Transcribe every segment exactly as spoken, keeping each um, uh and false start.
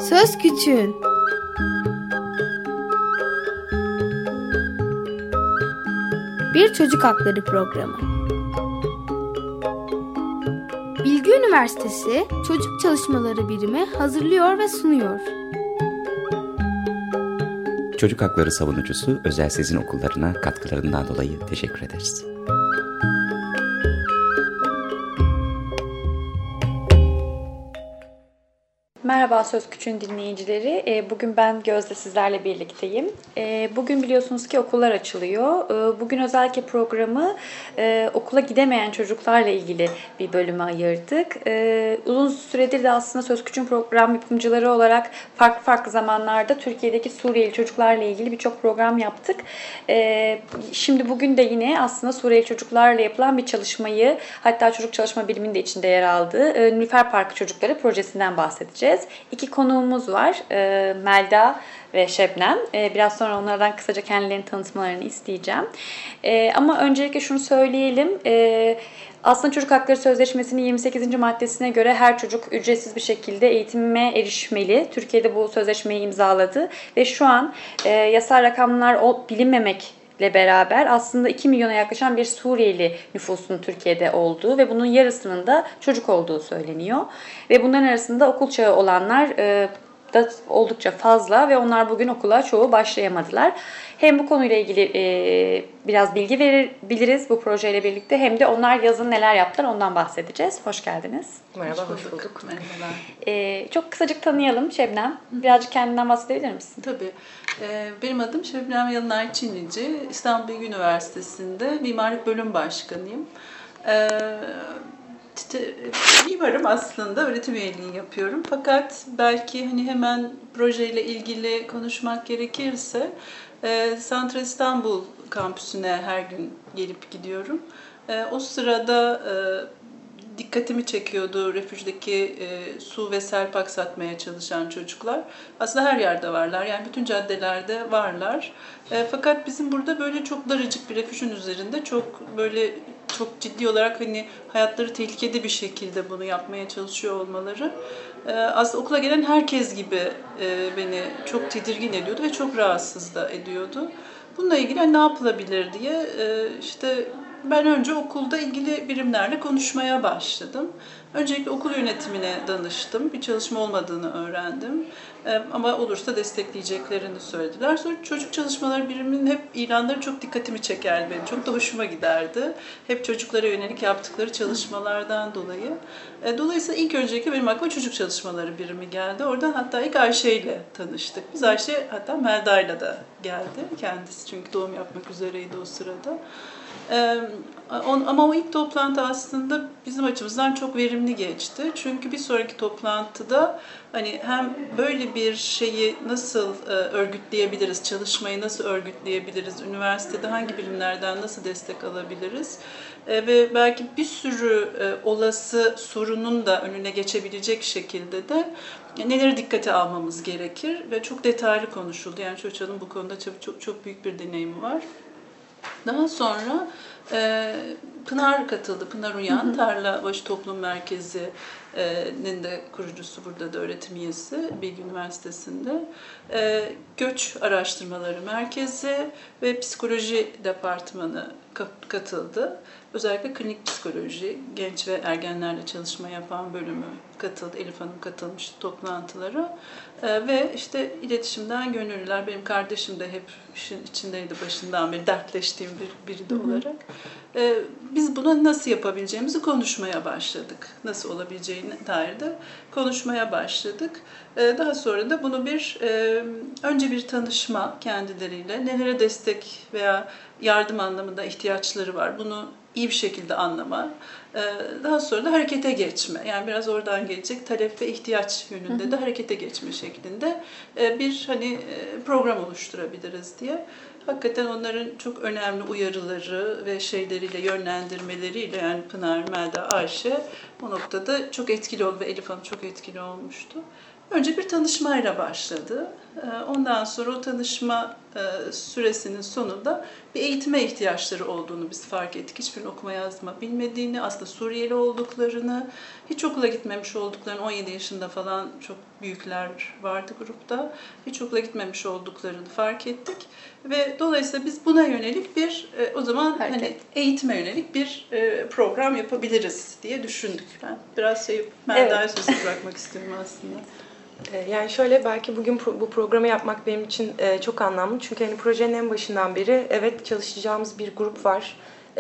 Söz Küçüğün. Bir çocuk hakları programı. Bilgi Üniversitesi Çocuk Çalışmaları Birimi hazırlıyor ve sunuyor. Çocuk hakları savunucusu Özel Sezin Okullarına katkılarından dolayı teşekkür ederiz. Merhaba Söz Küçüğün dinleyicileri. Bugün ben Gözde sizlerle birlikteyim. Bugün biliyorsunuz ki okullar açılıyor. Bugün özellikle programı okula gidemeyen çocuklarla ilgili bir bölüme ayırdık. Uzun süredir de aslında Söz Küçüğün program yapımcıları olarak farklı farklı zamanlarda Türkiye'deki Suriyeli çocuklarla ilgili birçok program yaptık. Şimdi bugün de yine aslında Suriyeli çocuklarla yapılan bir çalışmayı, hatta çocuk çalışma biriminin de içinde yer aldığı Nilüfer Parkı Çocukları projesinden bahsedeceğiz. İki konuğumuz var. E, Melda ve Şebnem. E, biraz sonra onlardan kısaca kendilerini tanıtmalarını isteyeceğim. E, ama öncelikle şunu söyleyelim. E, aslında Çocuk Hakları Sözleşmesi'nin yirmi sekizinci maddesine göre her çocuk ücretsiz bir şekilde eğitime erişmeli. Türkiye'de bu sözleşmeyi imzaladı ve şu an e, yasal rakamlar o, bilinmemek ile beraber aslında iki milyona yaklaşan bir Suriyeli nüfusun Türkiye'de olduğu ve bunun yarısının da çocuk olduğu söyleniyor. Ve bunların arasında okul çağı olanlar e, da oldukça fazla ve onlar bugün okula çoğu başlayamadılar. Hem bu konuyla ilgili e, biraz bilgi verebiliriz bu projeyle birlikte, hem de onlar yazın neler yaptılar ondan bahsedeceğiz. Hoş geldiniz. Merhaba, hoş bulduk. Merhabalar. E, çok kısacık tanıyalım Şebnem. Birazcık kendinden bahsedebilir misin? Tabii. E, benim adım Şebnem Yalınay Çinici. İstanbul Bilgi Üniversitesi'nde Mimarlık Bölüm Başkanıyım. E, mimarım aslında, öğretim üyeliği yapıyorum. Fakat belki hani hemen projeyle ilgili konuşmak gerekirse e, Santral İstanbul kampüsüne her gün gelip gidiyorum. E, o sırada e, dikkatimi çekiyordu refüjdeki e, su ve serpak satmaya çalışan çocuklar. Aslında her yerde varlar, yani bütün caddelerde varlar. E, fakat bizim burada böyle çok daracık bir refüjün üzerinde çok böyle çok ciddi olarak hani hayatları tehlikede bir şekilde bunu yapmaya çalışıyor olmaları e, aslında okula gelen herkes gibi e, beni çok tedirgin ediyordu ve çok rahatsız da ediyordu. Bununla ilgili ne yapılabilir diye e, işte ben önce okulda ilgili birimlerle konuşmaya başladım. Öncelikle okul yönetimine danıştım. Bir çalışma olmadığını öğrendim. Ee, ama olursa destekleyeceklerini söylediler. Sonra çocuk çalışmaları biriminin hep ilanları çok dikkatimi çekerdi benim. Çok da hoşuma giderdi. Hep çocuklara yönelik yaptıkları çalışmalardan dolayı. Ee, dolayısıyla ilk öncelikle benim aklıma çocuk çalışmaları birimi geldi. Oradan hatta ilk Ayşe ile tanıştık. Biz Ayşe hatta Melda ile de geldi. Kendisi çünkü doğum yapmak üzereydi o sırada. Ee, ama o ilk toplantı aslında bizim açımızdan çok verimli geçti. Çünkü bir sonraki toplantıda hani hem böyle bir şeyi nasıl e, örgütleyebiliriz, çalışmayı nasıl örgütleyebiliriz, üniversitede hangi birimlerden nasıl destek alabiliriz e, ve belki bir sürü e, olası sorunun da önüne geçebilecek şekilde de neleri dikkate almamız gerekir ve çok detaylı konuşuldu. Yani Çoça'nın bu konuda çok, çok, çok büyük bir deneyimi var. Daha sonra e, Pınar katıldı. Pınar Uyan, Tarlabaşı Toplum Merkezi'nin de kurucusu, burada da öğretim üyesi Bilgi Üniversitesi'nde. E, Göç Araştırmaları Merkezi ve Psikoloji Departmanı katıldı. Özellikle klinik psikoloji, genç ve ergenlerle çalışma yapan bölümü katıldı. Elif Hanım katılmıştı toplantılara. Ee, ve işte iletişimden gönüllüler, benim kardeşim de hep işin içindeydi başından beri, dertleştiğim bir, biri de olarak. Ee, biz bunu nasıl yapabileceğimizi konuşmaya başladık. Nasıl olabileceğine dair de konuşmaya başladık. Ee, daha sonra da bunu bir, e, önce bir tanışma kendileriyle, nelere destek veya yardım anlamında ihtiyaçları var, bunu iyi bir şekilde anlama, daha sonra da harekete geçme. Yani biraz oradan gelecek talep ve ihtiyaç yönünde de harekete geçme şeklinde bir hani program oluşturabiliriz diye. Hakikaten onların çok önemli uyarıları ve şeyleriyle, yönlendirmeleriyle, yani Pınar, Melda, Ayşe o noktada çok etkili oldu ve Elif Hanım çok etkili olmuştu. Önce bir tanışmayla başladı. Ondan sonra o tanışma süresinin sonunda bir eğitime ihtiyaçları olduğunu biz fark ettik. Hiçbirinin okuma yazma bilmediğini, aslında Suriyeli olduklarını, hiç okula gitmemiş olduklarını, on yedi yaşında falan çok büyükler vardı grupta, hiç okula gitmemiş olduklarını fark ettik. Ve dolayısıyla biz buna yönelik bir, o zaman Hareket. hani eğitime yönelik bir program yapabiliriz diye düşündük. Ben biraz şey, Melda'ya evet. sözü bırakmak istiyorum aslında. Yani şöyle, belki bugün bu programı yapmak benim için çok anlamlı. Çünkü hani projenin en başından beri evet çalışacağımız bir grup var.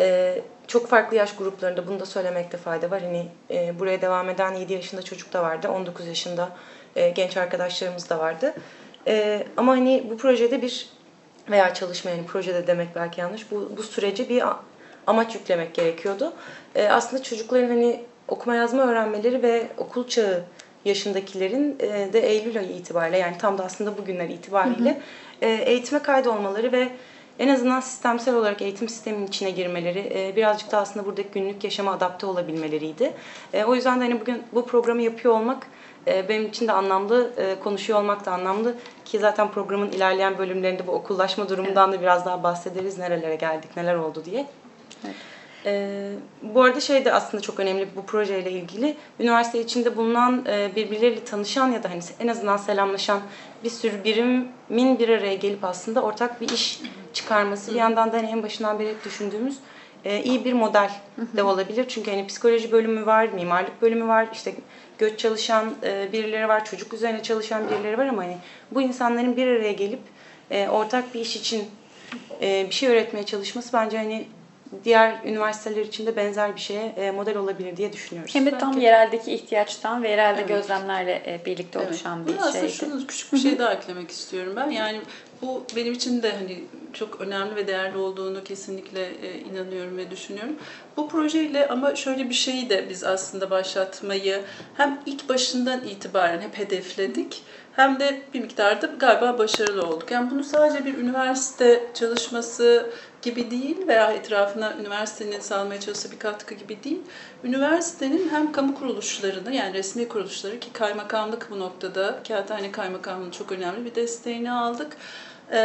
Çok farklı yaş gruplarında, bunu da söylemekte fayda var. Hani buraya devam eden yedi yaşında çocuk da vardı, on dokuz yaşında genç arkadaşlarımız da vardı. Ama hani bu projede bir veya çalışma, yani projede demek belki yanlış. Bu, bu sürece bir amaç yüklemek gerekiyordu. Aslında çocukların hani okuma yazma öğrenmeleri ve okul çağı yaşındakilerin de Eylül ayı itibariyle, yani tam da aslında bugünler itibariyle hı hı. eğitime kaydolmaları ve en azından sistemsel olarak eğitim sisteminin içine girmeleri, birazcık da aslında buradaki günlük yaşama adapte olabilmeleriydi. O yüzden de hani bugün bu programı yapıyor olmak benim için de anlamlı, konuşuyor olmak da anlamlı ki zaten programın ilerleyen bölümlerinde bu okullaşma durumundan da biraz daha bahsederiz, nerelere geldik, neler oldu diye. Evet. Ee, bu arada şey de aslında çok önemli bu projeyle ilgili. Üniversite içinde bulunan, e, birbirleriyle tanışan ya da hani en azından selamlaşan bir sürü birimin bir araya gelip aslında ortak bir iş çıkarması. Bir yandan da hani en başından beri hep düşündüğümüz e, iyi bir model de olabilir. Çünkü hani psikoloji bölümü var, mimarlık bölümü var, işte göç çalışan e, birileri var, çocuk üzerine çalışan birileri var ama hani bu insanların bir araya gelip e, ortak bir iş için e, bir şey öğretmeye çalışması bence hani diğer üniversiteler için de benzer bir şeye model olabilir diye düşünüyoruz. Hem de tam Belki. yereldeki ihtiyaçtan ve yerelde evet. gözlemlerle birlikte evet. oluşan bir şey. Aslında şunu küçük bir şey daha eklemek istiyorum ben. Yani bu benim için de hani çok önemli ve değerli olduğunu kesinlikle inanıyorum ve düşünüyorum. Bu projeyle ama şöyle bir şeyi de biz aslında başlatmayı hem ilk başından itibaren hep hedefledik, hem de bir miktarda galiba başarılı olduk. Yani bunu sadece bir üniversite çalışması gibi değil veya etrafına üniversitenin sağlamaya çalıştığı bir katkı gibi değil. Üniversitenin hem kamu kuruluşlarını, yani resmi kuruluşları, ki kaymakamlık bu noktada, Kağıthane Kaymakamlığı'nın çok önemli bir desteğini aldık. E,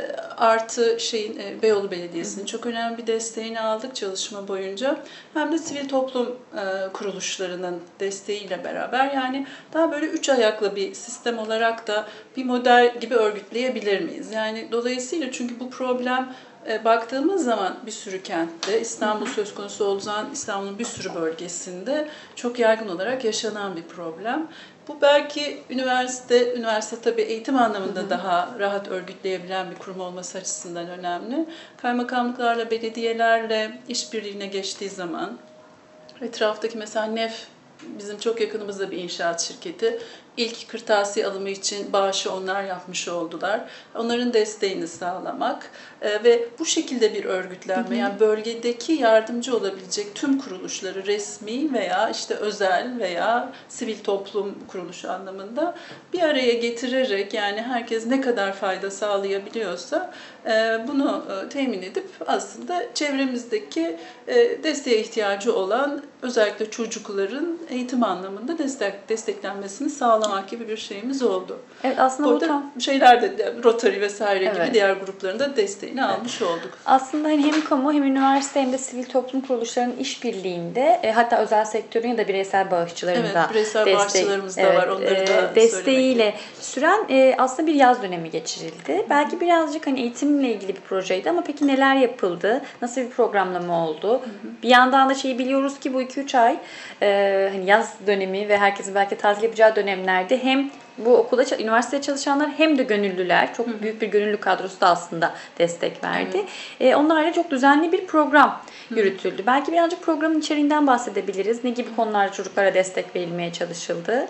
artı şeyin e, Beyoğlu Belediyesi'nin çok önemli bir desteğini aldık çalışma boyunca. Hem de sivil toplum e, kuruluşlarının desteğiyle beraber, yani daha böyle üç ayaklı bir sistem olarak da bir model gibi örgütleyebilir miyiz? Yani dolayısıyla, çünkü bu problem e, baktığımız zaman bir sürü kentte, İstanbul söz konusu olduğu zaman İstanbul'un bir sürü bölgesinde çok yaygın olarak yaşanan bir problem. Bu belki üniversite, üniversite tabii eğitim anlamında hı hı. daha rahat örgütleyebilen bir kurum olması açısından önemli. Kaymakamlıklarla, belediyelerle işbirliğine geçtiği zaman, etraftaki mesela N E F, bizim çok yakınımızda bir inşaat şirketi, İlk kırtasiye alımı için bağışı onlar yapmış oldular. Onların desteğini sağlamak e, ve bu şekilde bir örgütlenme, hı hı. yani bölgedeki yardımcı olabilecek tüm kuruluşları, resmi veya işte özel veya sivil toplum kuruluşu anlamında bir araya getirerek, yani herkes ne kadar fayda sağlayabiliyorsa e, bunu e, temin edip aslında çevremizdeki e, desteğe ihtiyacı olan özellikle çocukların eğitim anlamında destek desteklenmesini sağlamak gibi bir şeyimiz oldu. Evet, aslında burada bu tam şeyler de Rotary vesaire evet. gibi diğer grupların da desteğini evet. almış olduk. Aslında hani hem kamu hem üniversite hem de sivil toplum kuruluşlarının işbirliğinde e, hatta özel sektörün ya da bireysel bağışçıların evet, da bireysel destek, bağışçılarımız da evet, var. Onları e, da desteğiyle süren e, aslında bir yaz dönemi geçirildi. Hı. Belki birazcık hani eğitimle ilgili bir projeydi ama peki neler yapıldı? Nasıl bir programlama oldu? Hı hı. Bir yandan da şeyi biliyoruz ki bu iki üç ay e, hani yaz dönemi ve herkesin belki tatil yapacağı dönemlerde hem bu okulda, üniversitede çalışanlar hem de gönüllüler, çok büyük bir gönüllü kadrosu da aslında destek verdi. Evet. E, onlarla çok düzenli bir program Hı. yürütüldü. Belki birazcık programın içeriğinden bahsedebiliriz. Ne gibi konularda çocuklara destek verilmeye çalışıldı? Evet.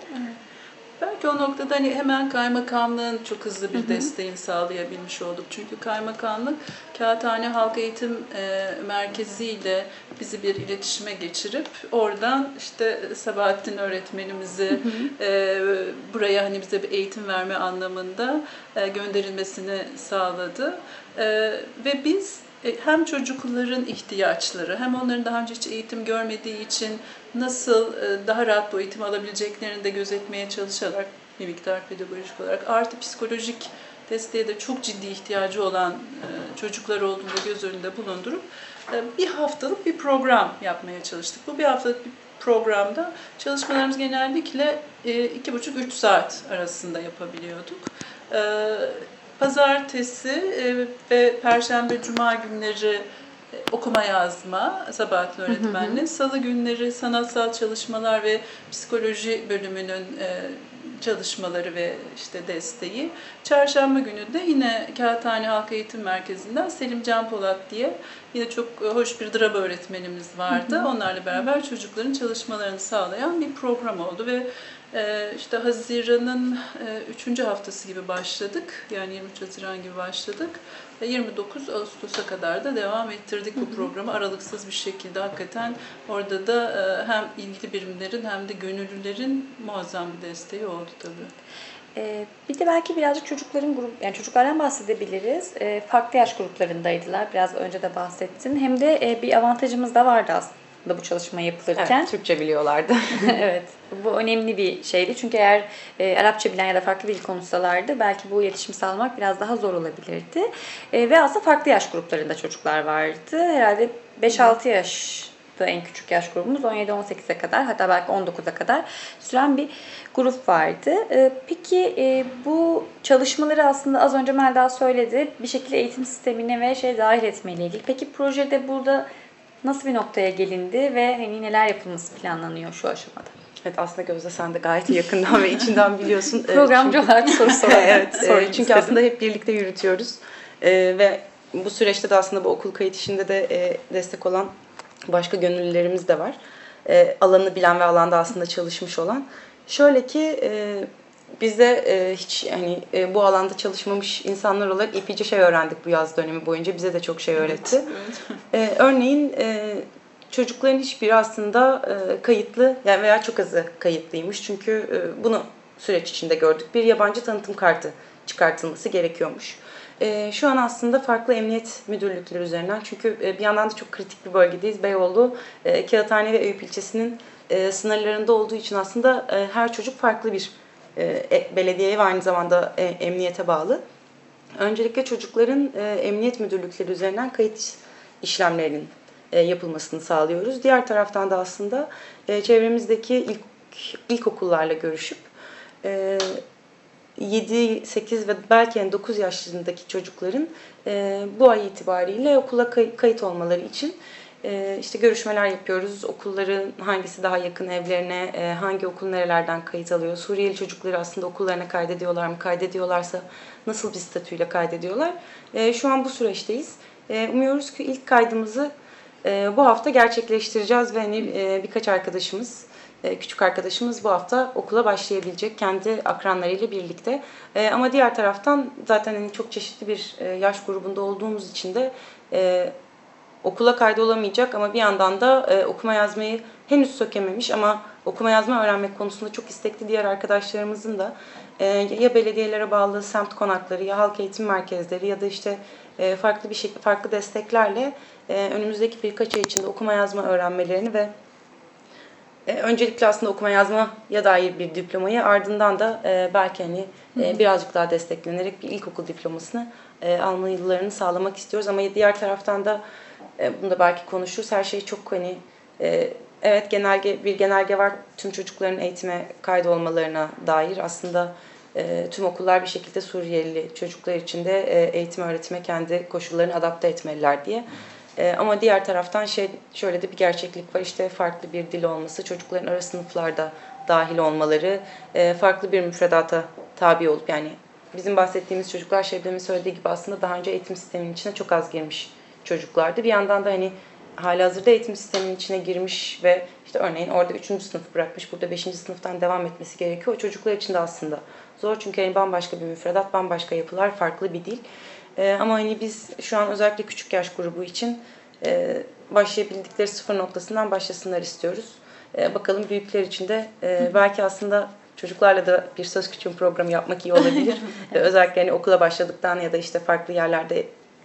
Belki o noktada hani hemen kaymakamlığın çok hızlı bir hı hı. desteğini sağlayabilmiş olduk. Çünkü kaymakamlık Kağıthane Halk Eğitim e, Merkezi ile bizi bir iletişime geçirip oradan işte Sabahattin öğretmenimizi hı hı. E, buraya hani bize bir eğitim verme anlamında e, gönderilmesini sağladı. E, ve biz hem çocukların ihtiyaçları, hem onların daha önce hiç eğitim görmediği için nasıl daha rahat bu eğitimi alabileceklerini de gözetmeye çalışarak bir miktar pedagojik olarak. Artı psikolojik desteğe de çok ciddi ihtiyacı olan çocuklar olduğunda göz önünde bulundurup bir haftalık bir program yapmaya çalıştık. Bu bir haftalık bir programda çalışmalarımız genellikle iki buçuk üç saat arasında yapabiliyorduk. Pazartesi ve Perşembe, Cuma günleri okuma yazma Sabahattin öğretmenle, hı hı. Salı günleri sanatsal çalışmalar ve psikoloji bölümünün çalışmaları ve işte desteği. Çarşamba günü de yine Kağıthane Halk Eğitim Merkezi'nden Selim Can Polat diye yine çok hoş bir drama öğretmenimiz vardı. Hı hı. Onlarla beraber çocukların çalışmalarını sağlayan bir program oldu ve işte Haziran'ın üçüncü haftası gibi başladık. Yani yirmi üç Haziran gibi başladık. yirmi dokuz Ağustos'a kadar da devam ettirdik bu programı aralıksız bir şekilde. Hakikaten orada da hem ilgili birimlerin hem de gönüllülerin muazzam bir desteği oldu tabii. Ee, bir de belki birazcık çocukların grup, yani çocuklardan bahsedebiliriz. Ee, farklı yaş gruplarındaydılar. Biraz önce de bahsettin. Hem de e, bir avantajımız da vardı aslında bu çalışma yapılırken. Evet, Türkçe biliyorlardı. Evet, bu önemli bir şeydi. Çünkü eğer e, Arapça bilen ya da farklı bir dil konuşsalardı belki bu iletişimi sağlamak biraz daha zor olabilirdi. E, ve aslında farklı yaş gruplarında çocuklar vardı. Herhalde beş altı yaş en küçük yaş grubumuz on yedi on sekize kadar, hatta belki on dokuza kadar süren bir grup vardı. Peki bu çalışmaları aslında az önce Melda söyledi, bir şekilde eğitim sistemine ve şey dahil etmeyle ilgili. Peki projede burada nasıl bir noktaya gelindi ve hani neler yapılması planlanıyor şu aşamada? Evet, aslında Gözde sen de gayet yakından ve içinden biliyorsun. Programcı olarak soru sorarak. Evet, çünkü istedim. Aslında hep birlikte yürütüyoruz ve bu süreçte de aslında bu okul kayıt işinde de destek olan başka gönüllülerimiz de var. E, alanını bilen ve alanda aslında çalışmış olan. Şöyle ki e, biz de e, hiç hani e, bu alanda çalışmamış insanlar olarak epeyce şey öğrendik bu yaz dönemi boyunca. Bize de çok şey öğretti. Evet, evet. E, örneğin e, çocukların hiçbiri aslında e, kayıtlı yani veya çok azı kayıtlıymış. Çünkü e, bunu süreç içinde gördük. Bir yabancı tanıtım kartı çıkartılması gerekiyormuş. E, şu an aslında farklı emniyet müdürlükleri üzerinden, çünkü e, bir yandan da çok kritik bir bölgedeyiz. Beyoğlu, e, Kağıthane ve Eyüp ilçesinin e, sınırlarında olduğu için aslında e, her çocuk farklı bir e, belediyeye ve aynı zamanda e, emniyete bağlı. Öncelikle çocukların e, emniyet müdürlükleri üzerinden kayıt işlemlerinin e, yapılmasını sağlıyoruz. Diğer taraftan da aslında e, çevremizdeki ilk ilkokullarla görüşüp e, yedi sekiz ve belki dokuz yaşlarındaki çocukların e, bu ay itibariyle okula kay- kayıt olmaları için e, işte görüşmeler yapıyoruz. Okulların hangisi daha yakın evlerine, e, hangi okul nerelerden kayıt alıyor? Suriyeli çocukları aslında okullarına kaydediyorlar mı? Kaydediyorlarsa nasıl bir statüyle kaydediyorlar? E, şu an bu süreçteyiz. E, umuyoruz ki ilk kaydımızı e, bu hafta gerçekleştireceğiz ve hani e, birkaç arkadaşımız, küçük arkadaşımız bu hafta okula başlayabilecek kendi akranlarıyla birlikte. Ee, ama diğer taraftan zaten hani çok çeşitli bir e, yaş grubunda olduğumuz için de e, okula kaydolamayacak ama bir yandan da e, okuma yazmayı henüz sökememiş ama okuma yazma öğrenmek konusunda çok istekli diğer arkadaşlarımızın da e, ya belediyelere bağlı semt konakları ya halk eğitim merkezleri ya da işte e, farklı bir şekilde farklı desteklerle e, önümüzdeki birkaç ay içinde okuma yazma öğrenmelerini ve öncelikle aslında okuma yazmaya dair bir diplomayı, ardından da e, belki hani e, birazcık daha desteklenerek bir ilkokul diplomasını e, almalarını sağlamak istiyoruz. Ama diğer taraftan da e, bunu da belki konuşuruz. Her şey çok hani e, evet genelge bir genelge var tüm çocukların eğitime kaydolmalarına dair. Aslında e, tüm okullar bir şekilde Suriyeli çocuklar için de e, eğitim öğretime kendi koşullarını adapte etmeliler diye. Ee, ama diğer taraftan şey şöyle de bir gerçeklik var, işte farklı bir dil olması, çocukların ara sınıflarda dahil olmaları, e, farklı bir müfredata tabi olup, yani bizim bahsettiğimiz çocuklar Şebnem'in söylediği gibi aslında daha önce eğitim sisteminin içine çok az girmiş çocuklardı. Bir yandan da hani halihazırda eğitim sisteminin içine girmiş ve işte örneğin orada üçüncü sınıf bırakmış, burada beşinci sınıftan devam etmesi gerekiyor. O çocuklar için de aslında zor, çünkü hani bambaşka bir müfredat, bambaşka yapılar, farklı bir dil. Ee, ama hani biz şu an özellikle küçük yaş grubu için e, başlayabildikleri sıfır noktasından başlasınlar istiyoruz. E, bakalım büyükler için de e, belki aslında çocuklarla da bir söz küçüğün programı yapmak iyi olabilir. e, özellikle hani okula başladıktan ya da işte farklı yerlerde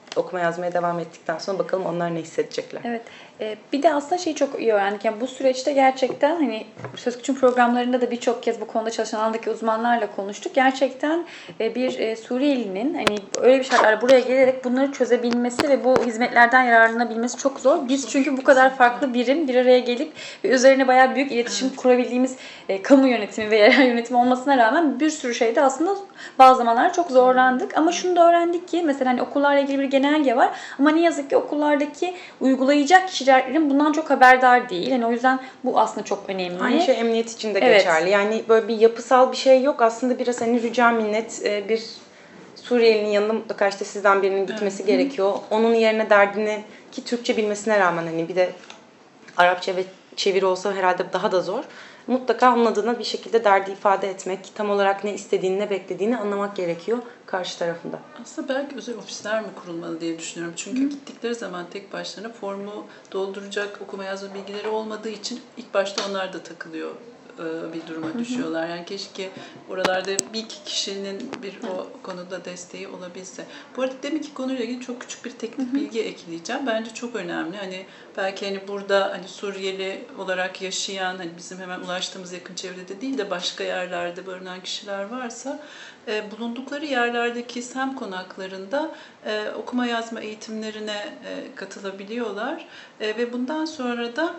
okuma yazmaya devam ettikten sonra bakalım onlar ne hissedecekler. Evet. Ee, bir de aslında şeyi çok iyi öğrendik. Yani bu süreçte gerçekten hani Söz Küçüğün programlarında da birçok kez bu konuda çalışan alandaki uzmanlarla konuştuk. Gerçekten bir e, Suriyelinin hani öyle bir şartlarda buraya gelerek bunları çözebilmesi ve bu hizmetlerden yararlanabilmesi çok zor. Biz çünkü bu kadar farklı birim bir araya gelip ve üzerine bayağı büyük iletişim evet. kurabildiğimiz e, kamu yönetimi ve yerel yönetimi olmasına rağmen bir sürü şeyde aslında bazı zamanlar çok zorlandık. Ama şunu da öğrendik ki mesela hani okullarla ilgili bir genelge var ama ne yazık ki okullardaki uygulayacak kişilerin bundan çok haberdar değil. Yani o yüzden bu aslında çok önemli. Aynı şey emniyet için de evet. geçerli. Yani böyle bir yapısal bir şey yok. Aslında biraz hani rica minnet bir Suriyelinin yanında mutlaka işte sizden birinin gitmesi evet. gerekiyor. Onun yerine derdini ki Türkçe bilmesine rağmen hani bir de Arapça ve çeviri olsa herhalde daha da zor. Mutlaka anladığına bir şekilde derdi ifade etmek, tam olarak ne istediğini, ne beklediğini anlamak gerekiyor karşı tarafında. Aslında belki özel ofisler mi kurulmalı diye düşünüyorum. Çünkü Hı. gittikleri zaman tek başlarına formu dolduracak okuma yazma bilgileri olmadığı için ilk başta onlar da takılıyor bir duruma düşüyorlar. Yani keşke oralarda bir iki kişinin bir o konuda desteği olabilse. Bu arada demin ki konuyla ilgili çok küçük bir teknik bilgi ekleyeceğim. Bence çok önemli. Hani belki hani burada hani Suriyeli olarak yaşayan hani bizim hemen ulaştığımız yakın çevrede değil de başka yerlerde barınan kişiler varsa e, bulundukları yerlerdeki sem konaklarında e, okuma yazma eğitimlerine e, katılabiliyorlar e, ve bundan sonra da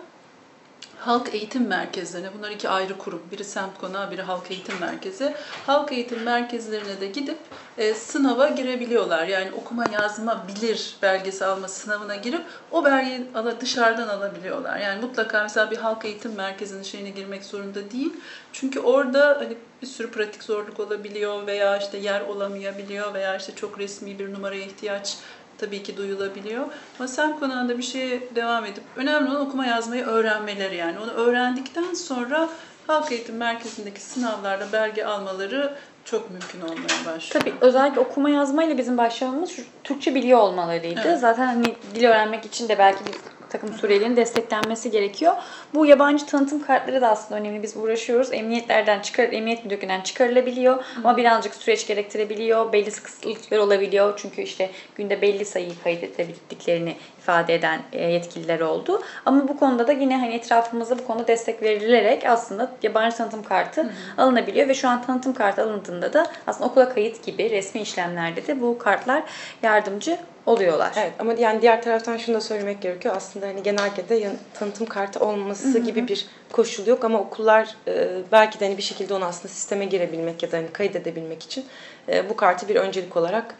halk eğitim merkezlerine, bunlar iki ayrı kurum, biri semt konağı, biri halk eğitim merkezi. Halk eğitim merkezlerine de gidip e, sınava girebiliyorlar. Yani okuma yazma bilir belgesi alma sınavına girip o belgeyi ala, dışarıdan alabiliyorlar. Yani mutlaka mesela bir halk eğitim merkezinin şeyine girmek zorunda değil. Çünkü orada hani bir sürü pratik zorluk olabiliyor veya işte yer olamayabiliyor veya işte çok resmi bir numaraya ihtiyaç tabii ki duyulabiliyor. Ama semt konağında bir şeye devam edip önemli olan okuma yazmayı öğrenmeleri yani. Onu öğrendikten sonra halk eğitim merkezindeki sınavlarda belge almaları çok mümkün olmaya başlıyor. Tabii özellikle okuma yazmayla bizim başlamamız Türkçe biliyor olmalarıydı. Evet. Zaten hani dil öğrenmek için de belki bir takım Suriyelilerin desteklenmesi gerekiyor. Bu yabancı tanıtım kartları da aslında önemli. Biz uğraşıyoruz. Emniyetlerden çıkar, emniyet müdürlüğünden çıkarılabiliyor. Hı. Ama birazcık süreç gerektirebiliyor. Belli kısıtlıklar olabiliyor. Çünkü işte günde belli sayıyı kaydedebildiklerini ifade eden yetkililer oldu. Ama bu konuda da yine hani etrafımızda bu konuda destek verilerek aslında yabancı tanıtım kartı Hı. alınabiliyor ve şu an tanıtım kartı alındığında da aslında okula kayıt gibi resmi işlemlerde de bu kartlar yardımcı oluyorlar. Evet ama yani diğer taraftan şunu da söylemek gerekiyor. Aslında hani genelgede tanıtım kartı olması hı hı. gibi bir koşul yok ama okullar e, belki de hani bir şekilde onu aslında sisteme girebilmek ya da hani kaydedebilmek için e, bu kartı bir öncelik olarak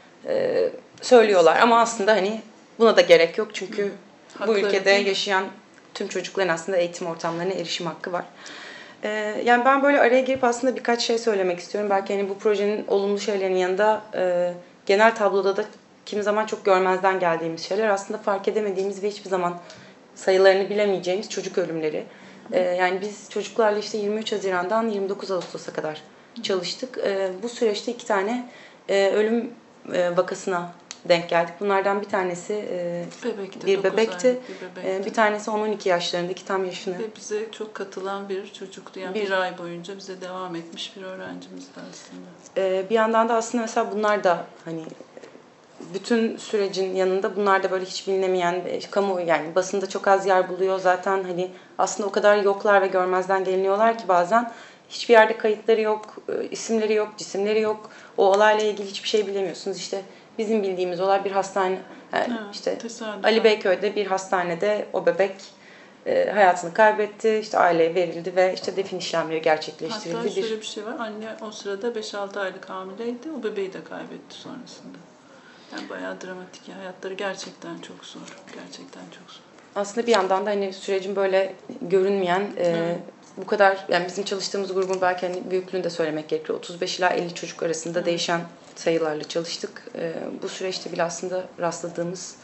e, söylüyorlar. Ama aslında hani buna da gerek yok çünkü hı. bu ülkede yaşayan tüm çocukların aslında eğitim ortamlarına erişim hakkı var. E, yani ben böyle araya girip aslında birkaç şey söylemek istiyorum. Belki hani bu projenin olumlu şeylerinin yanında e, genel tabloda da kimi zaman çok görmezden geldiğimiz şeyler aslında fark edemediğimiz ve hiçbir zaman sayılarını bilemeyeceğimiz çocuk ölümleri. Ee, yani biz çocuklarla işte yirmi üç Haziran'dan yirmi dokuz Ağustos'a kadar çalıştık. Ee, bu süreçte iki tane e, ölüm e, vakasına denk geldik. Bunlardan bir tanesi e, bebekti, bir bebekti. Bir, bebekti. bir tanesi on on iki yaşlarındaki tam yaşını. Ve bize çok katılan bir çocuktu. Yani bir, bir ay boyunca bize devam etmiş bir öğrencimizdi aslında. Ee, bir yandan da aslında mesela bunlar da hani bütün sürecin yanında bunlar da böyle hiç bilinemeyen kamu yani basında çok az yer buluyor zaten hani aslında o kadar yoklar ve görmezden geliniyorlar ki bazen hiçbir yerde kayıtları yok, isimleri yok, cisimleri yok. O olayla ilgili hiçbir şey bilemiyorsunuz. İşte bizim bildiğimiz olay bir hastane yani ha, işte tesadüfen. Ali Beyköy'de bir hastanede o bebek e, hayatını kaybetti. İşte aileye verildi ve işte defin işlemleri gerçekleştirildi. Hatta şöyle bir şey var. Anne o sırada beş altı aylık hamileydi. O bebeği de kaybetti sonrasında. Yani bayağı dramatik. Hayatları gerçekten çok zor. Gerçekten çok zor. Aslında bir yandan da hani sürecin böyle görünmeyen e, bu kadar yani bizim çalıştığımız grubun belki hani büyüklüğünü de söylemek gerekiyor. otuz beş ila elli çocuk arasında Hı. değişen sayılarla çalıştık. E, bu süreçte bile aslında rastladığımız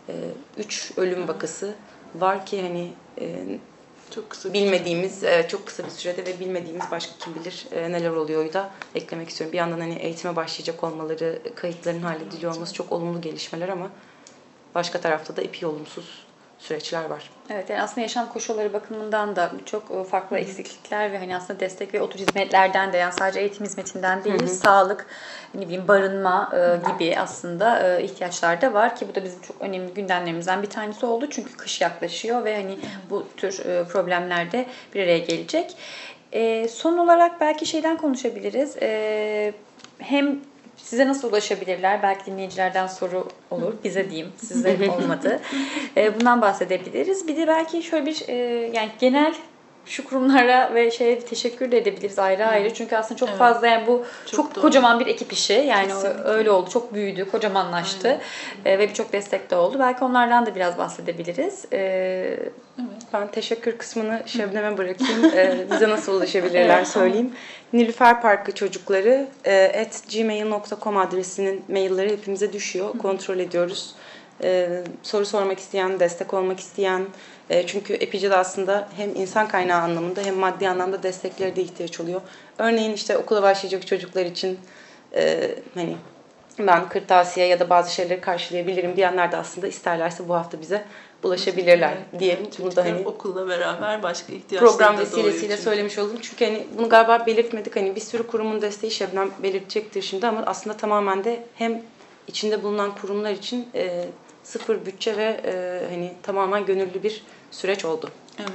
üç e, ölüm Hı. vakası var ki hani e, çok kısa bilmediğimiz e, çok kısa bir sürede ve bilmediğimiz başka kim bilir e, neler oluyor da eklemek istiyorum. Bir yandan hani eğitime başlayacak olmaları, kayıtların hallediliyor olması çok olumlu gelişmeler ama başka tarafta da epey olumsuz süreçler var. Evet, yani aslında yaşam koşulları bakımından da çok farklı eksiklikler ve hani aslında destek ve o tür hizmetlerden de, yani sadece eğitim hizmetinden değil, hı hı. sağlık, ne bileyim barınma e, gibi aslında e, ihtiyaçlar da var ki bu da bizim çok önemli gündemlerimizden bir tanesi oldu. Çünkü kış yaklaşıyor ve hani bu tür e, problemler de bir araya gelecek. E, son olarak belki şeyden konuşabiliriz. E, hem size nasıl ulaşabilirler? Belki dinleyicilerden soru olur. Bize diyeyim. Size olmadı. Bundan bahsedebiliriz. Bir de belki şöyle bir yani genel şu kurumlara ve şeye teşekkür de edebiliriz ayrı ayrı. Çünkü aslında çok evet. fazla, yani bu çok, çok kocaman bir ekip işi. Yani kesinlikle. Öyle oldu. Çok büyüdü, kocamanlaştı. Aynen. Ve birçok destek de oldu. Belki onlardan da biraz bahsedebiliriz. Evet. Ben teşekkür kısmını Şebnem'e bırakayım. ee, bize nasıl ulaşabilirler evet, söyleyeyim. Nilüfer Parkı Çocukları at gmail nokta com adresinin mailleri hepimize düşüyor. Hı. Kontrol ediyoruz. Ee, soru sormak isteyen, destek olmak isteyen, e, çünkü Epice'de aslında hem insan kaynağı anlamında hem maddi anlamda desteklere de ihtiyaç oluyor. Örneğin işte okula başlayacak çocuklar için e, hani ben kırtasiye ya da bazı şeyleri karşılayabilirim diyenler de aslında isterlerse bu hafta bize ulaşabilirler evet, diyelim. Evet, burada hani okulla beraber başka ihtiyaçları program vesilesiyle söylemiş oldum. Çünkü hani bunu galiba belirtmedik. Hani bir sürü kurumun desteği Şebnem belirtecektir şimdi ama aslında tamamen de hem içinde bulunan kurumlar için e, sıfır bütçe ve e, hani tamamen gönüllü bir süreç oldu. Evet.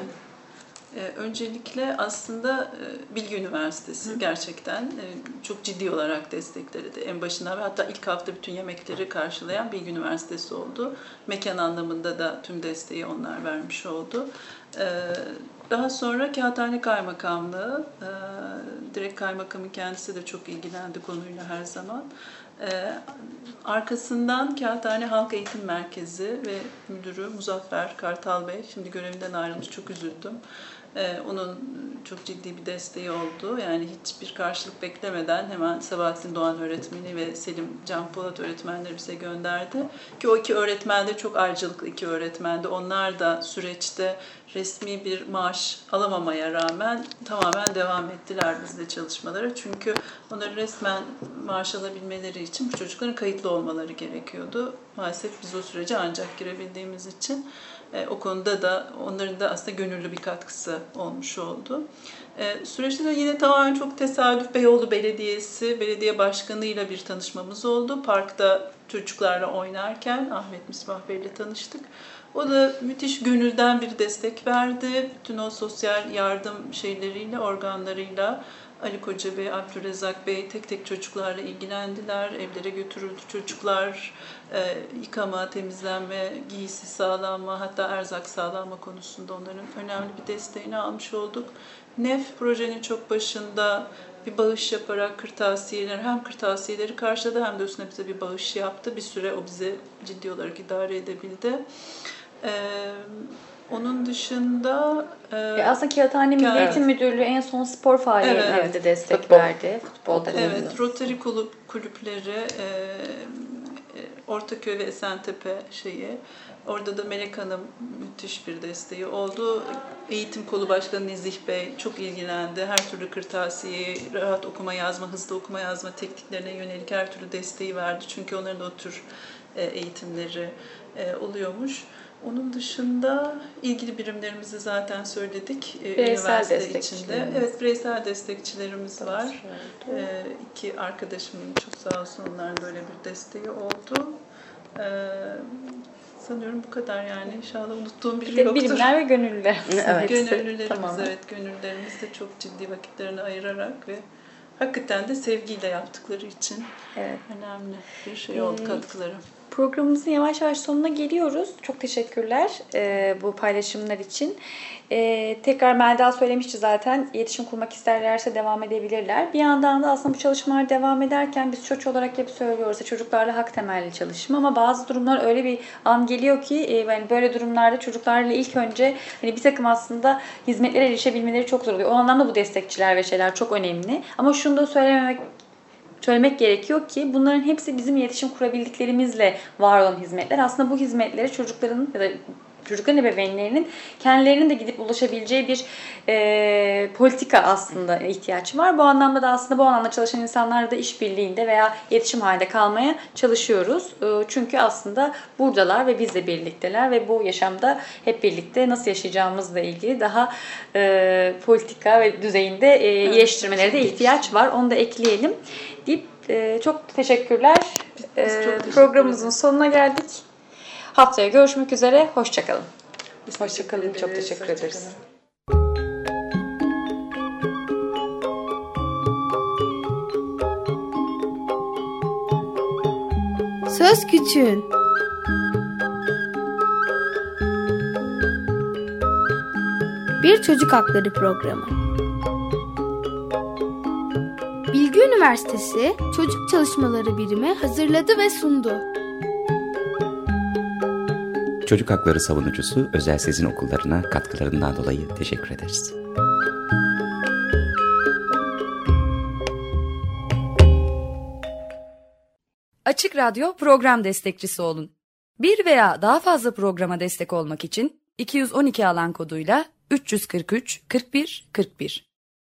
Ee, öncelikle aslında e, Bilgi Üniversitesi Hı. gerçekten e, çok ciddi olarak destekledi. En başından ve hatta ilk hafta bütün yemekleri karşılayan Bilgi Üniversitesi oldu. Mekan anlamında da tüm desteği onlar vermiş oldu. Ee, daha sonra Kağıthane Kaymakamlığı, e, direkt kaymakamın kendisi de çok ilgilendi konuyla her zaman. Ee, arkasından Kağıthane Halk Eğitim Merkezi ve müdürü Muzaffer Kartal Bey, şimdi görevinden ayrılmış, çok üzüldüm. Ee, onun çok ciddi bir desteği oldu. Yani hiçbir karşılık beklemeden hemen Sabahattin Doğan öğretmeni ve Selim Can Polat öğretmenleri bize gönderdi. Ki o iki öğretmen de çok ayrıcalıklı iki öğretmendi. Onlar da süreçte resmi bir maaş alamamaya rağmen tamamen devam ettiler bizle çalışmalara. Çünkü onların resmen maaş alabilmeleri için bu çocukların kayıtlı olmaları gerekiyordu. Maalesef biz o sürece ancak girebildiğimiz için e, o konuda da onların da aslında gönüllü bir katkısı olmuş oldu. E, süreçte de yine tamamen çok tesadüf Beyoğlu Belediyesi, belediye başkanıyla bir tanışmamız oldu. Parkta çocuklarla oynarken Ahmet Misbah Bey ile tanıştık. O da müthiş gönülden bir destek verdi. Bütün o sosyal yardım şeyleriyle, organlarıyla Ali Koca Bey, Abdülrezzak Bey tek tek çocuklarla ilgilendiler. Evlere götürüldü çocuklar. E, yıkama, temizlenme, giysi sağlanma, hatta erzak sağlanma konusunda onların önemli bir desteğini almış olduk. N E F projenin çok başında bir bağış yaparak kırtasiyeleri, hem kırtasiyeleri karşıladı hem de üstüne bize bir bağış yaptı. Bir süre o bizi ciddi olarak idare edebildi. Ee, onun dışında e, e aslında Kağıthane Milli evet. Eğitim Müdürlüğü en son spor faaliyetlerinde evet. destek Futbol. verdi. Futbolda evet, Rotary kulüp, kulüpleri, e, Ortaköy ve Esentepe şeyi. Orada da Melek Hanım müthiş bir desteği oldu. Eğitim Kolu Başkanı Nezih Bey çok ilgilendi. Her türlü kırtasiyeyi, rahat okuma yazma, hızlı okuma yazma tekniklerine yönelik her türlü desteği verdi. Çünkü onların da o tür eğitimleri oluyormuş. Onun dışında ilgili birimlerimizi zaten söyledik. Bireysel üniversite içinde. Evet, bireysel destekçilerimiz var. Ee, iki arkadaşımın çok sağ olsun onların böyle bir desteği oldu. Ee, sanıyorum bu kadar yani. İnşallah unuttuğum biri yoktur. Birimler ve gönüllüler. Evet. Gönüllülerimiz, tamam. evet. Gönüllülerimiz de çok ciddi vakitlerini ayırarak ve hakikaten de sevgiyle yaptıkları için evet. önemli bir şey oldu, katkıları. Programımızın yavaş yavaş sonuna geliyoruz. Çok teşekkürler e, bu paylaşımlar için. E, tekrar Melda söylemişti zaten. İletişim kurmak isterlerse devam edebilirler. Bir yandan da aslında bu çalışmalar devam ederken biz çocuk olarak hep söylüyoruz. Çocuklarla hak temelli çalışma ama bazı durumlar öyle bir an geliyor ki e, yani böyle durumlarda çocuklarla ilk önce hani bir takım aslında hizmetlere erişebilmeleri çok zor oluyor. O anlamda bu destekçiler ve şeyler çok önemli. Ama şunu da söylememek Söylemek gerekiyor ki bunların hepsi bizim iletişim kurabildiklerimizle var olan hizmetler. Aslında bu hizmetleri çocukların ya da çocukların ebeveynlerinin kendilerinin de gidip ulaşabileceği bir e, politika aslında ihtiyaç var. Bu anlamda da aslında bu alanda çalışan insanlarla da işbirliğinde veya iletişim halinde kalmaya çalışıyoruz. E, çünkü aslında buradalar ve bizle birlikteler ve bu yaşamda hep birlikte nasıl yaşayacağımızla ilgili daha e, politika ve düzeyinde e, evet, iyileştirmelere de ihtiyaç var. Onu da ekleyelim deyip e, çok teşekkürler. E, çok teşekkür Programımızın sonuna geldik. Haftaya görüşmek üzere. Hoşçakalın. Hoşçakalın. Çok teşekkür Hoşça ederiz. Söz Küçüğün. Bir çocuk hakları programı. Bilgi Üniversitesi Çocuk Çalışmaları Birimi hazırladı ve sundu. Çocuk hakları savunucusu Özel Sezin Okullarına katkılarından dolayı teşekkür ederiz. Açık Radyo program destekçisi olun. Bir veya daha fazla programa destek olmak için iki yüz on iki alan koduyla üç yüz kırk üç kırk bir kırk bir